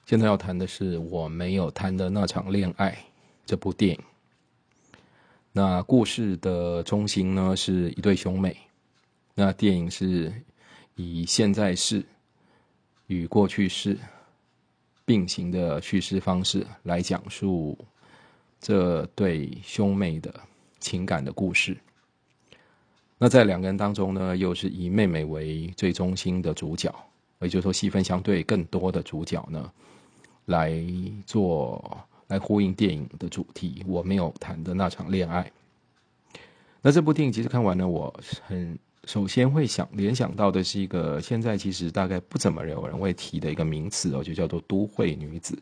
现在要谈的是我没有谈的那场恋爱这部电影。那故事的中心呢是一对兄妹，那电影是以现在式与过去式并行的叙事方式来讲述这对兄妹的情感的故事。那在两个人当中呢，又是以妹妹为最中心的主角，也就是说戏份相对更多的主角呢，来呼应电影的主题，我没有谈的那场恋爱。那这部电影其实看完了，我首先会联想到的是一个现在其实大概不怎么有人会提的一个名词就叫做都会女子。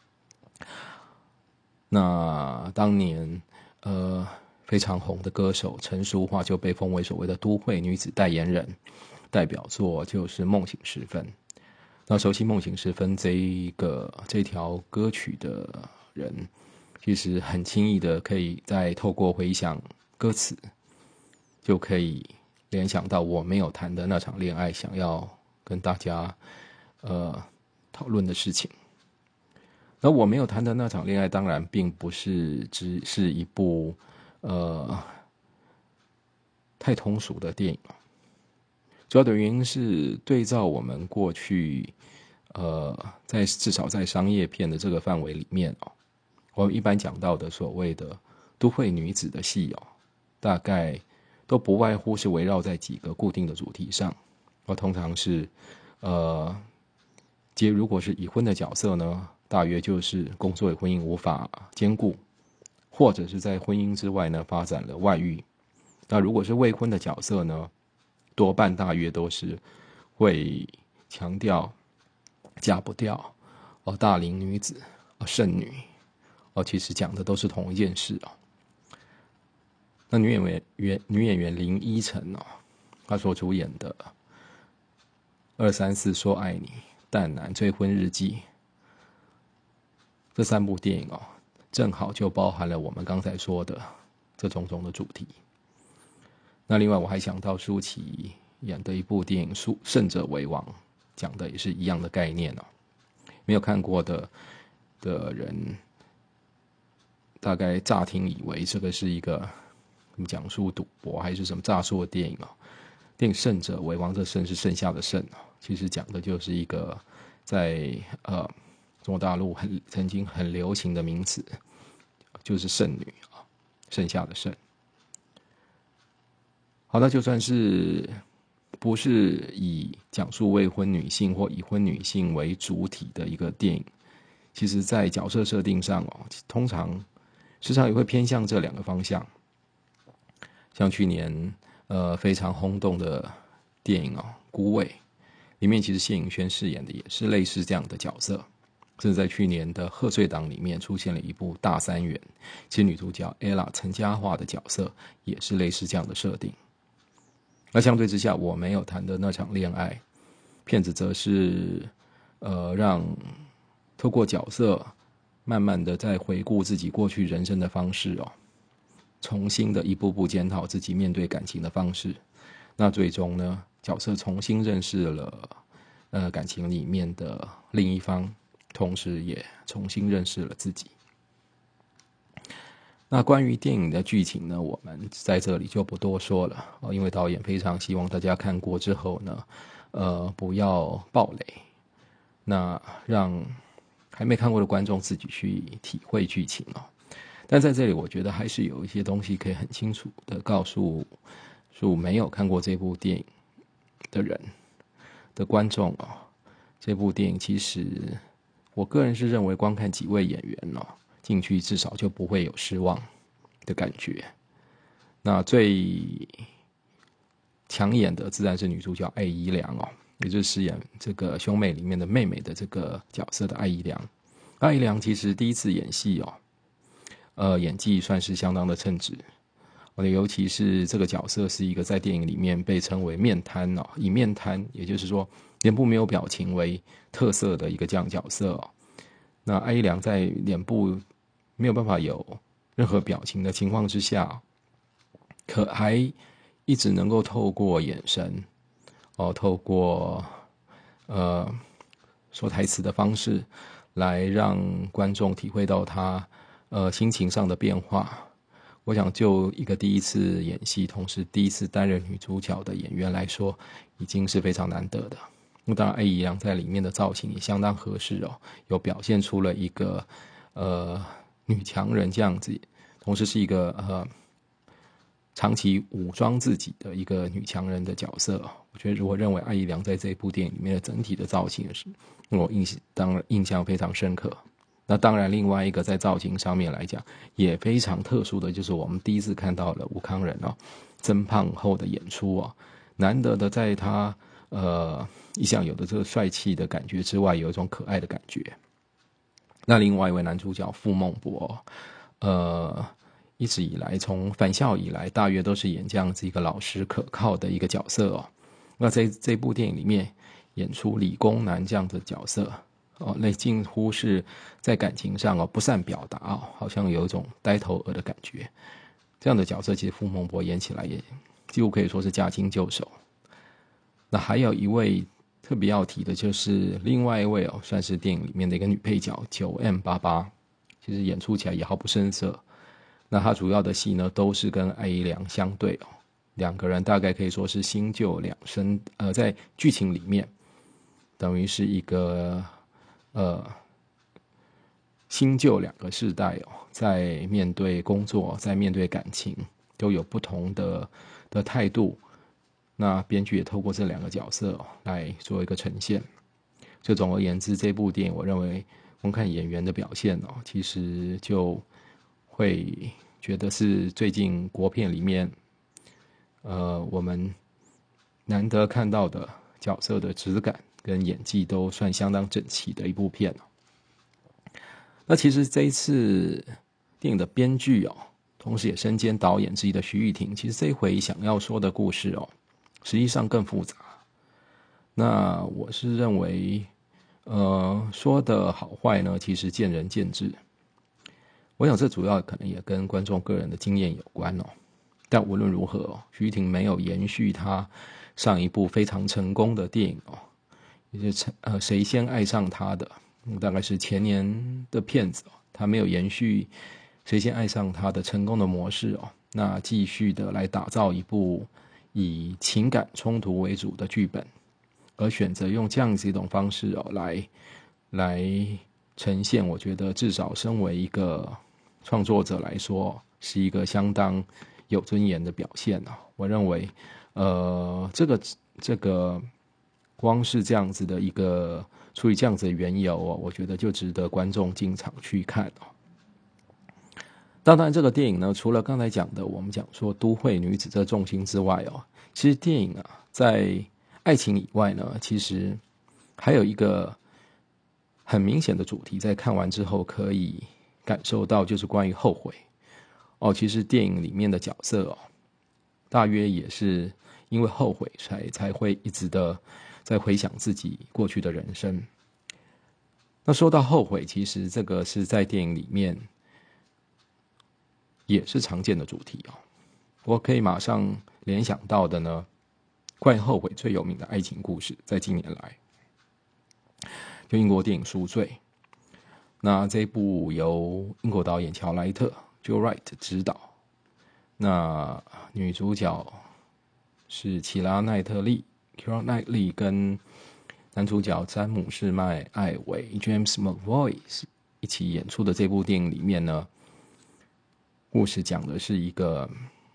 那当年非常红的歌手陈淑桦就被封为所谓的都会女子代言人，代表作就是《梦醒时分》。那熟悉《梦醒时分》这条歌曲的人，其实很轻易的可以在透过回想歌词，就可以联想到我没有谈的那场恋爱，想要跟大家讨论的事情。那我没有谈的那场恋爱，当然并不是只是一部太通俗的电影。主要的原因是对照我们过去至少在商业片的这个范围里面我们一般讲到的所谓的都会女子的戏大概都不外乎是围绕在几个固定的主题上。通常是如果是已婚的角色呢，大约就是工作与婚姻无法兼顾，或者是在婚姻之外呢发展了外遇。那如果是未婚的角色呢，多半大约都是会强调嫁不掉大龄女子剩女其实讲的都是同一件事那女演员林依晨她所主演的234说爱你、淡男、追婚日记这3部电影正好就包含了我们刚才说的这种种的主题。那另外我还想到舒淇演的一部电影《胜者为王》，讲的也是一样的概念没有看过的人大概乍听以为这个是一个讲述赌博还是什么诈术的电影电影《胜者为王》，这胜是剩下的胜其实讲的就是一个在中国大陆曾经很流行的名词，就是剩女剩下的剩。好，那就算是不是以讲述未婚女性或已婚女性为主体的一个电影，其实在角色设定上通常时常也会偏向这2个方向。像去年非常轰动的电影孤味里面，其实谢颖轩饰演的也是类似这样的角色。甚至在去年的贺岁档里面出现了一部大三元，其实女主角 Ella 陈嘉桦的角色也是类似这样的设定。那相对之下，我没有谈的那场恋爱，片子则是让透过角色慢慢的在回顾自己过去人生的方式重新的一步步检讨自己面对感情的方式。那最终呢，角色重新认识了感情里面的另一方，同时也重新认识了自己。那关于电影的剧情呢，我们在这里就不多说了因为导演非常希望大家看过之后呢不要爆雷，那让还没看过的观众自己去体会剧情但在这里我觉得还是有一些东西可以很清楚的告诉没有看过这部电影的人的观众这部电影其实我个人是认为光看几位演员进去至少就不会有失望的感觉。那最抢眼的自然是女主角艾怡良也就是饰演这个兄妹里面的妹妹的这个角色的艾怡良。艾怡良其实第一次演戏演技算是相当的称职尤其是这个角色是一个在电影里面被称为面瘫以面瘫也就是说脸部没有表情为特色的一个这样角色那艾怡良在脸部没有办法有任何表情的情况之下，可还一直能够透过眼神透过说台词的方式来让观众体会到他心情上的变化。我想就一个第一次演戏，同时第一次担任女主角的演员来说，已经是非常难得的。那当然，艾怡良在里面的造型也相当合适哦，有表现出了一个女强人这样子，同时是一个长期武装自己的一个女强人的角色。我觉得我认为艾怡良在这一部电影里面的整体的造型是我印象非常深刻。那当然另外一个在造型上面来讲也非常特殊的，就是我们第一次看到了吴慷仁增胖后的演出难得的在他一向有的这个帅气的感觉之外，有一种可爱的感觉。那另外一位男主角傅孟博一直以来从返校以来大约都是演这样子一个老实可靠的一个角色那在这部电影里面演出理工男这样的角色那近乎是在感情上不善表达好像有一种呆头鹅的感觉。这样的角色其实傅孟博演起来也几乎可以说是驾轻就熟。那还有一位特别要提的就是另外一位算是电影里面的一个女配角 9M88， 其实演出起来也毫不生涩。那她主要的戏呢都是跟艾怡良相对两个人大概可以说是新旧两生在剧情里面等于是一个新旧两个世代在面对工作在面对感情都有不同的态度。那编剧也透过这两个角色来做一个呈现。就总而言之，这部电影我认为光看演员的表现其实就会觉得是最近国片里面我们难得看到的角色的质感跟演技都算相当整齐的一部片那其实这一次电影的编剧同时也身兼导演之一的徐誉庭，其实这一回想要说的故事实际上更复杂。那我是认为说的好坏呢其实见仁见智。我想这主要可能也跟观众个人的经验有关但无论如何徐誉庭没有延续他上一部非常成功的电影也就是谁先爱上他的大概是前年的片子他没有延续谁先爱上他的成功的模式那继续的来打造一部以情感冲突为主的剧本，而选择用这样子一种方式来呈现，我觉得至少身为一个创作者来说是一个相当有尊严的表现我认为这个光是这样子的一个处理这样子的缘由我觉得就值得观众进场去看当然这个电影呢除了刚才讲的我们讲说都会女子这重心之外其实电影在爱情以外呢其实还有一个很明显的主题在看完之后可以感受到，就是关于后悔其实电影里面的角色大约也是因为后悔才会一直的在回想自己过去的人生。那说到后悔，其实这个是在电影里面也是常见的主题我可以马上联想到的呢，关于后悔最有名的爱情故事，在近年来就英国电影《赎罪》。那这一部由英国导演乔莱特 Joe Wright 执导，那女主角是奇拉奈特利 Keira Knightley 跟男主角詹姆士麦艾维 James McAvoy 一起演出的这部电影里面呢，故事讲的是一个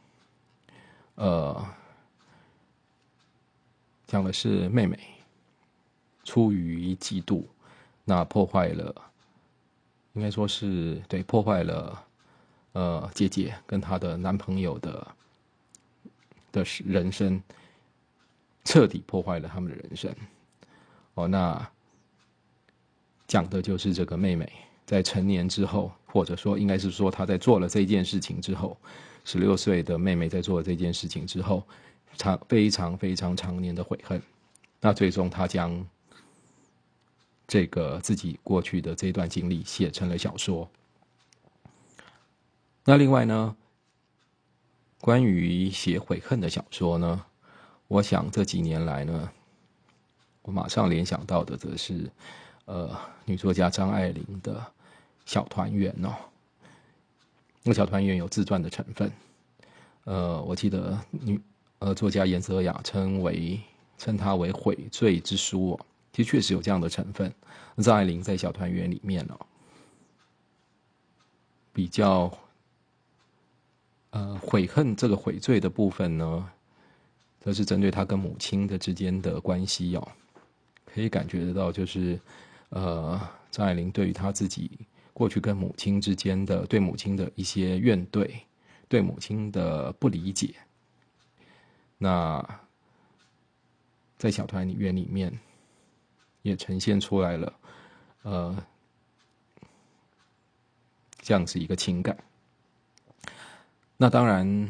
讲的是妹妹出于嫉妒，那破坏了，应该说是对破坏了姐姐跟她的男朋友的人生，彻底破坏了他们的人生那讲的就是这个妹妹在成年之后，或者说应该是说她在做了这件事情之后，16岁的妹妹在做了这件事情之后，非常非常长年的悔恨。那最终她将这个自己过去的这段经历写成了小说。那另外呢，关于写悔恨的小说呢，我想这几年来呢，我马上联想到的则是女作家张爱玲的小团圆哦。那小团圆有自传的成分，我记得作家严泽雅称它为悔罪之书哦，其实确实有这样的成分。张爱玲在小团圆里面哦，比较悔恨这个悔罪的部分呢，则是针对她跟母亲的之间的关系哦，可以感觉得到，就是张爱玲对于她自己过去跟母亲之间的对母亲的一些怨怼，对母亲的不理解，那在小团圆里面也呈现出来了，这样子一个情感。那当然，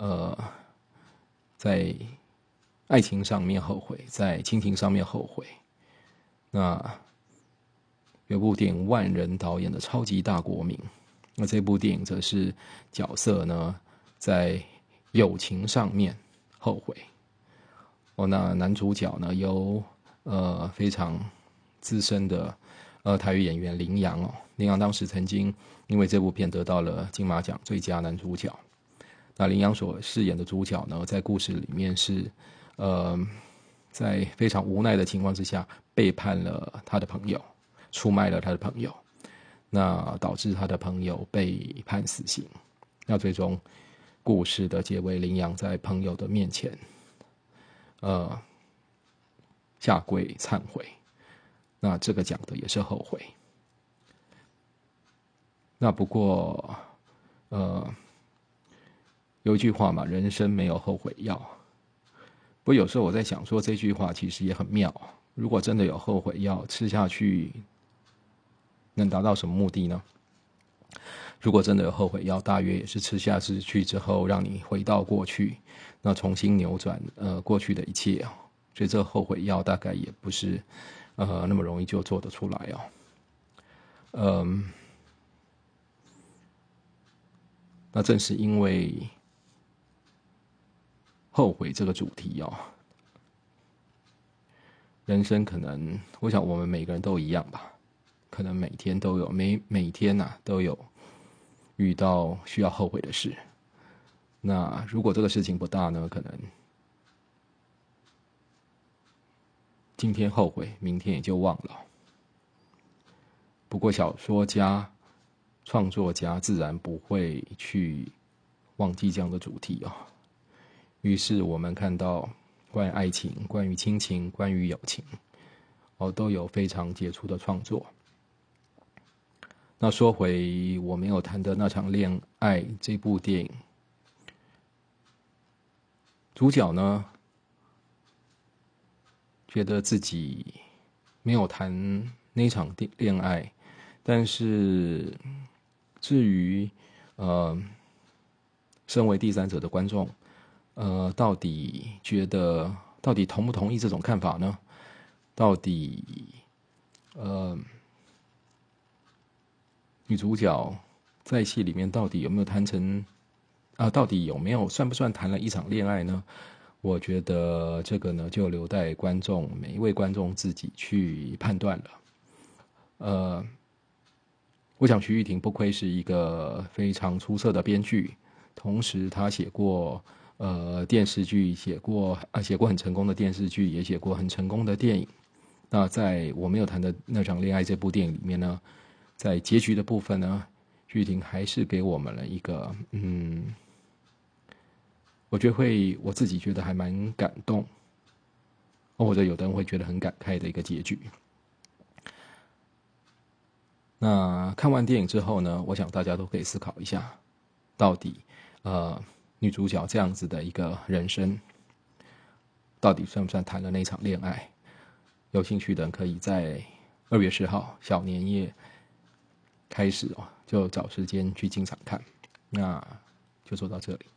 在爱情上面后悔，在亲情上面后悔。那有部电影万人导演的超级大国民，那这部电影则是角色呢在友情上面后悔。那男主角呢由非常资深的台语演员林阳哦，林阳当时曾经因为这部片得到了金马奖最佳男主角。那林阳所饰演的主角呢，在故事里面是在非常无奈的情况之下背叛了他的朋友，出卖了他的朋友，那导致他的朋友被判死刑。那最终故事的结尾，林阳在朋友的面前下跪忏悔。那这个讲的也是后悔。那不过有一句话嘛，人生没有后悔药。不过有时候我在想说，这句话其实也很妙。如果真的有后悔药，吃下去能达到什么目的呢？如果真的有后悔药，大约也是吃下去之后，让你回到过去，那重新扭转过去的一切哦。所以这个后悔药大概也不是那么容易就做得出来哦。那正是因为后悔这个主题哦，人生可能，我想我们每个人都一样吧，可能每天都有，每天都有遇到需要后悔的事。那如果这个事情不大呢，可能今天后悔，明天也就忘了。不过小说家、创作家自然不会去忘记这样的主题哦。于是我们看到关于爱情、关于亲情、关于友情，都有非常杰出的创作。那说回我没有谈的那场恋爱这部电影，主角呢觉得自己没有谈那场恋爱，但是至于身为第三者的观众，到底同不同意这种看法呢？到底女主角在戏里面到底有没有到底有没有算不算谈了一场恋爱呢？我觉得这个呢，就留待每一位观众自己去判断了。我想徐誉庭不愧是一个非常出色的编剧，同时他写过电视剧，写过很成功的电视剧，也写过很成功的电影。那在我没有谈的那场恋爱这部电影里面呢，在结局的部分呢，徐誉庭还是给我们了一个我觉得我自己觉得还蛮感动，或者有的人会觉得很感慨的一个结局。那看完电影之后呢，我想大家都可以思考一下，到底女主角这样子的一个人生，到底算不算谈了那场恋爱？有兴趣的人可以在2月10号小年夜开始就找时间去进场看。那就说到这里。